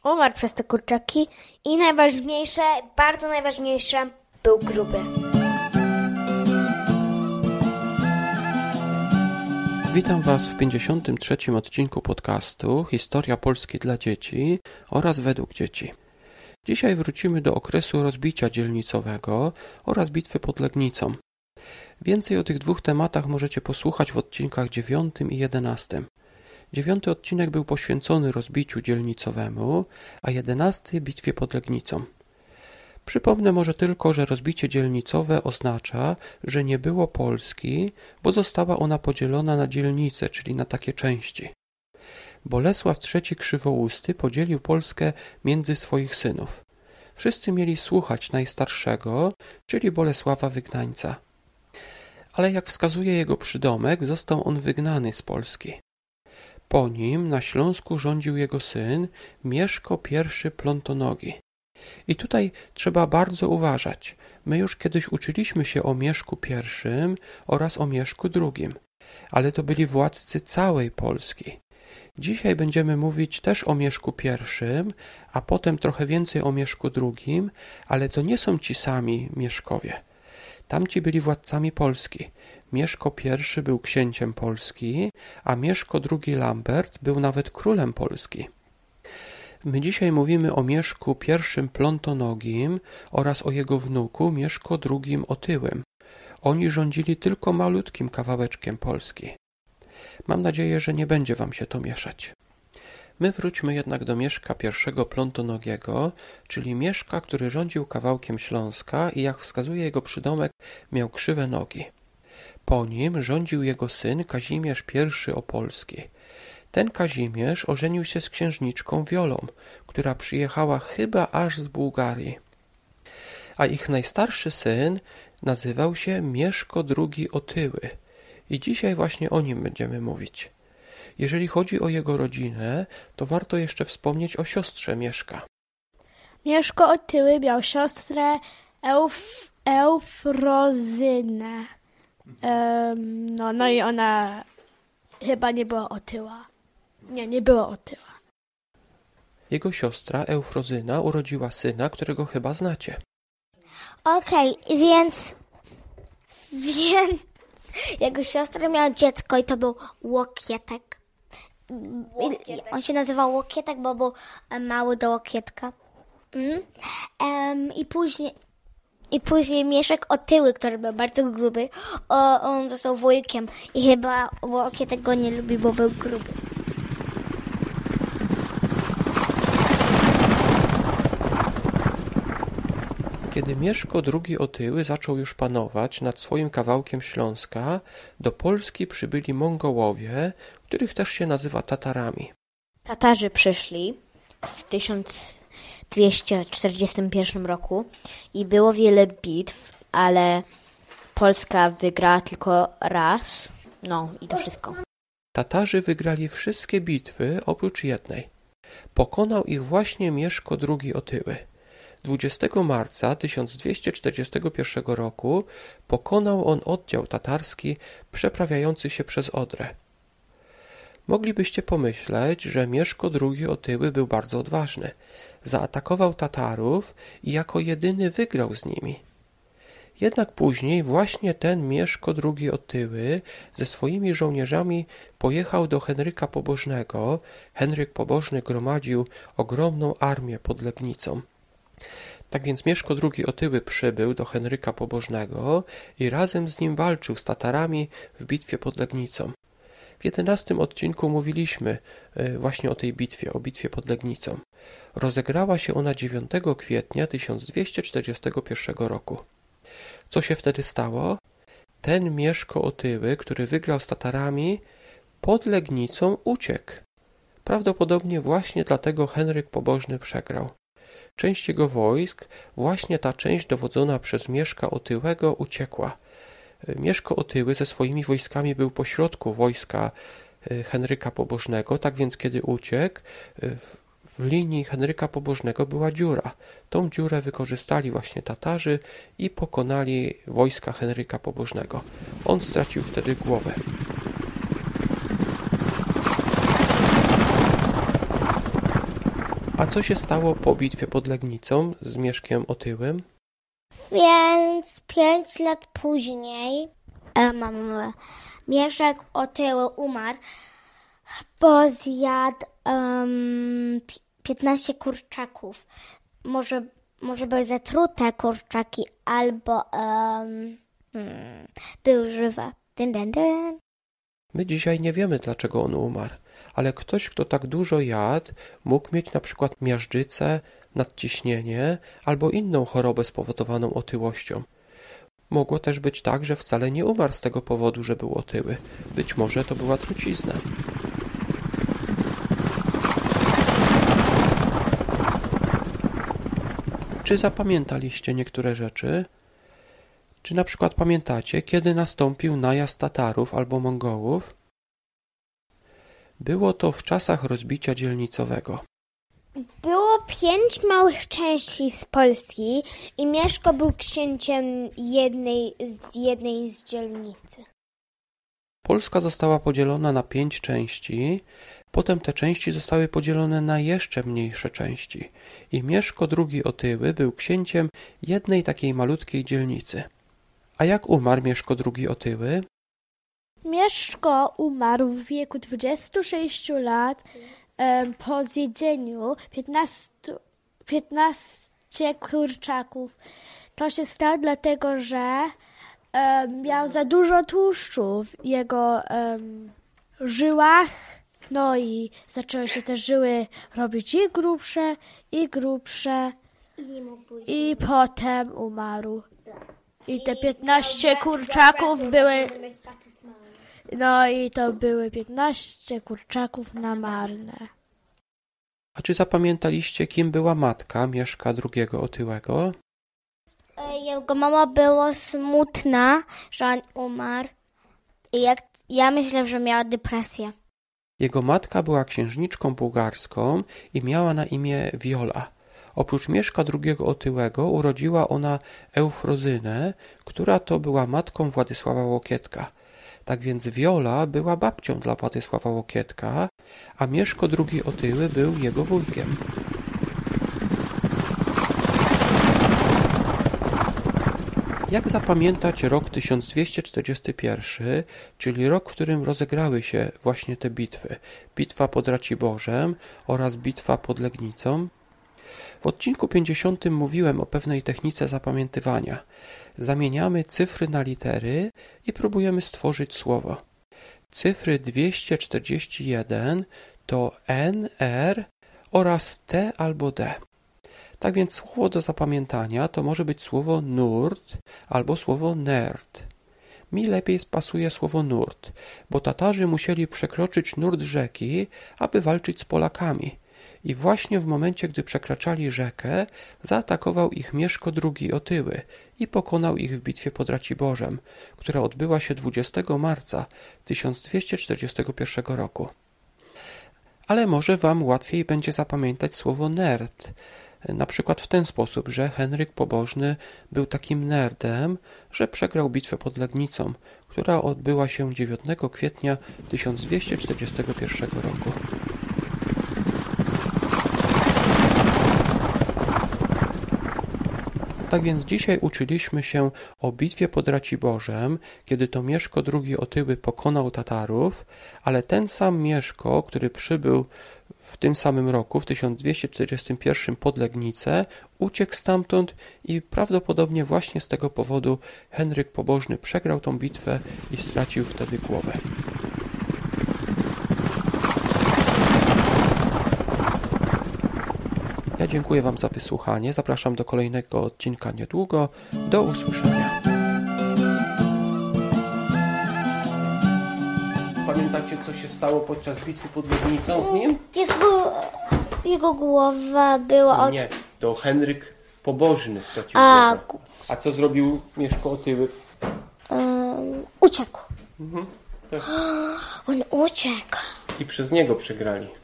umarł przez te kurczaki i najważniejsze, bardzo najważniejsze, był gruby. Witam Was w 53. odcinku podcastu Historia Polski dla dzieci oraz według dzieci. Dzisiaj wrócimy do okresu rozbicia dzielnicowego oraz bitwy pod Legnicą. Więcej o tych dwóch tematach możecie posłuchać w odcinkach 9 i 11. 9 odcinek był poświęcony rozbiciu dzielnicowemu, a 11 bitwie pod Legnicą. Przypomnę może tylko, że rozbicie dzielnicowe oznacza, że nie było Polski, bo została ona podzielona na dzielnice, czyli na takie części. Bolesław III Krzywousty podzielił Polskę między swoich synów. Wszyscy mieli słuchać najstarszego, czyli Bolesława Wygnańca. Ale jak wskazuje jego przydomek, został on wygnany z Polski. Po nim na Śląsku rządził jego syn Mieszko I Plontonogi. I tutaj trzeba bardzo uważać. My już kiedyś uczyliśmy się o Mieszku I oraz o Mieszku II, ale to byli władcy całej Polski. Dzisiaj będziemy mówić też o Mieszku I, a potem trochę więcej o Mieszku II, ale to nie są ci sami Mieszkowie. Tamci byli władcami Polski. Mieszko I był księciem Polski, a Mieszko II Lambert był nawet królem Polski. My dzisiaj mówimy o Mieszku I Plontonogim oraz o jego wnuku Mieszko II Otyłym. Oni rządzili tylko malutkim kawałeczkiem Polski. Mam nadzieję, że nie będzie wam się to mieszać. My wróćmy jednak do Mieszka I Plontonogiego, czyli Mieszka, który rządził kawałkiem Śląska i jak wskazuje jego przydomek, miał krzywe nogi. Po nim rządził jego syn Kazimierz I Opolski. Ten Kazimierz ożenił się z księżniczką Wiolą, która przyjechała chyba aż z Bułgarii. A ich najstarszy syn nazywał się Mieszko II Otyły i dzisiaj właśnie o nim będziemy mówić. Jeżeli chodzi o jego rodzinę, to warto jeszcze wspomnieć o siostrze Mieszka. Mieszko Otyły miał siostrę Eufrozynę. No i ona chyba nie była otyła. Nie była otyła. Jego siostra Eufrozyna urodziła syna, którego chyba znacie. Okej, więc jego siostra miała dziecko i to był Łokietek. On się nazywał Łokietek, bo był mały do łokietka. I później Mieszek Otyły, który był bardzo gruby, on został wujkiem i chyba Łokietek go nie lubi, bo był gruby. Kiedy Mieszko II Otyły zaczął już panować nad swoim kawałkiem Śląska, do Polski przybyli Mongołowie, których też się nazywa Tatarami. Tatarzy przyszli w 1241 roku i było wiele bitw, ale Polska wygrała tylko raz. No i to wszystko. Tatarzy wygrali wszystkie bitwy oprócz jednej. Pokonał ich właśnie Mieszko II Otyły. 20 marca 1241 roku pokonał on oddział tatarski przeprawiający się przez Odrę. Moglibyście pomyśleć, że Mieszko II Otyły był bardzo odważny. Zaatakował Tatarów i jako jedyny wygrał z nimi. Jednak później właśnie ten Mieszko II Otyły ze swoimi żołnierzami pojechał do Henryka Pobożnego. Henryk Pobożny gromadził ogromną armię pod Legnicą. Tak więc Mieszko II Otyły przybył do Henryka Pobożnego i razem z nim walczył z Tatarami w bitwie pod Legnicą. W 11 odcinku mówiliśmy właśnie o tej bitwie, o bitwie pod Legnicą. Rozegrała się ona 9 kwietnia 1241 roku. Co się wtedy stało? Ten Mieszko Otyły, który wygrał z Tatarami, pod Legnicą uciekł. Prawdopodobnie właśnie dlatego Henryk Pobożny przegrał. Część jego wojsk, właśnie ta część dowodzona przez Mieszka Otyłego, uciekła. Mieszko Otyły ze swoimi wojskami był pośrodku wojska Henryka Pobożnego, tak więc kiedy uciekł, w linii Henryka Pobożnego była dziura. Tą dziurę wykorzystali właśnie Tatarzy i pokonali wojska Henryka Pobożnego. On stracił wtedy głowę. A co się stało po bitwie pod Legnicą z Mieszkiem Otyłym? Więc 5 lat później Mieszek Otyły umarł, bo zjadł 15 kurczaków. Może były zatrute kurczaki, albo były żywe. Dyn, dyn, dyn. My dzisiaj nie wiemy, dlaczego on umarł, ale ktoś, kto tak dużo jadł, mógł mieć na przykład miażdżycę, nadciśnienie albo inną chorobę spowodowaną otyłością. Mogło też być tak, że wcale nie umarł z tego powodu, że był otyły. Być może to była trucizna. Czy zapamiętaliście niektóre rzeczy? Czy na przykład pamiętacie, kiedy nastąpił najazd Tatarów albo Mongołów? Było to w czasach rozbicia dzielnicowego. Było 5 małych części z Polski i Mieszko był księciem jednej z dzielnicy. Polska została podzielona na 5 części, potem te części zostały podzielone na jeszcze mniejsze części i Mieszko II Otyły był księciem jednej takiej malutkiej dzielnicy. A jak umarł Mieszko II Otyły? Mieszko umarł w wieku 26 lat po zjedzeniu 15 kurczaków. To się stało dlatego, że miał za dużo tłuszczu w jego żyłach. No i zaczęły się te żyły robić i grubsze. I potem umarł. I te 15 kurczaków były... No i to były 15 kurczaków na marne. A czy zapamiętaliście, kim była matka Mieszka II Otyłego? Jego mama była smutna, że on umarł. I ja myślę, że miała depresję. Jego matka była księżniczką bułgarską i miała na imię Wiola. Oprócz Mieszka II Otyłego urodziła ona Eufrozynę, która to była matką Władysława Łokietka. Tak więc Wiola była babcią dla Władysława Łokietka, a Mieszko II Otyły był jego wujkiem. Jak zapamiętać rok 1241, czyli rok, w którym rozegrały się właśnie te bitwy? Bitwa pod Raciborzem oraz bitwa pod Legnicą? W odcinku 50 mówiłem o pewnej technice zapamiętywania. Zamieniamy cyfry na litery i próbujemy stworzyć słowo. Cyfry 241 to N, R oraz T albo D. Tak więc słowo do zapamiętania to może być słowo nurt albo słowo nerd. Mi lepiej pasuje słowo nurt, bo Tatarzy musieli przekroczyć nurt rzeki, aby walczyć z Polakami. I właśnie w momencie, gdy przekraczali rzekę, zaatakował ich Mieszko II Otyły i pokonał ich w bitwie pod Raciborzem, która odbyła się 20 marca 1241 roku. Ale może wam łatwiej będzie zapamiętać słowo nerd, na przykład w ten sposób, że Henryk Pobożny był takim nerdem, że przegrał bitwę pod Legnicą, która odbyła się 9 kwietnia 1241 roku. Tak więc dzisiaj uczyliśmy się o bitwie pod Raciborzem, kiedy to Mieszko II Otyły pokonał Tatarów, ale ten sam Mieszko, który przybył w tym samym roku, w 1241 pod Legnicę, uciekł stamtąd i prawdopodobnie właśnie z tego powodu Henryk Pobożny przegrał tą bitwę i stracił wtedy głowę. Ja dziękuję wam za wysłuchanie. Zapraszam do kolejnego odcinka niedługo. Do usłyszenia. Pamiętacie, co się stało podczas bitwy pod Legnicą z nim? Jego głowa była Nie, to Henryk Pobożny stracił głowę. A co zrobił Mieszko Otyły? Uciekł. Tak. On uciekł. I przez niego przegrali.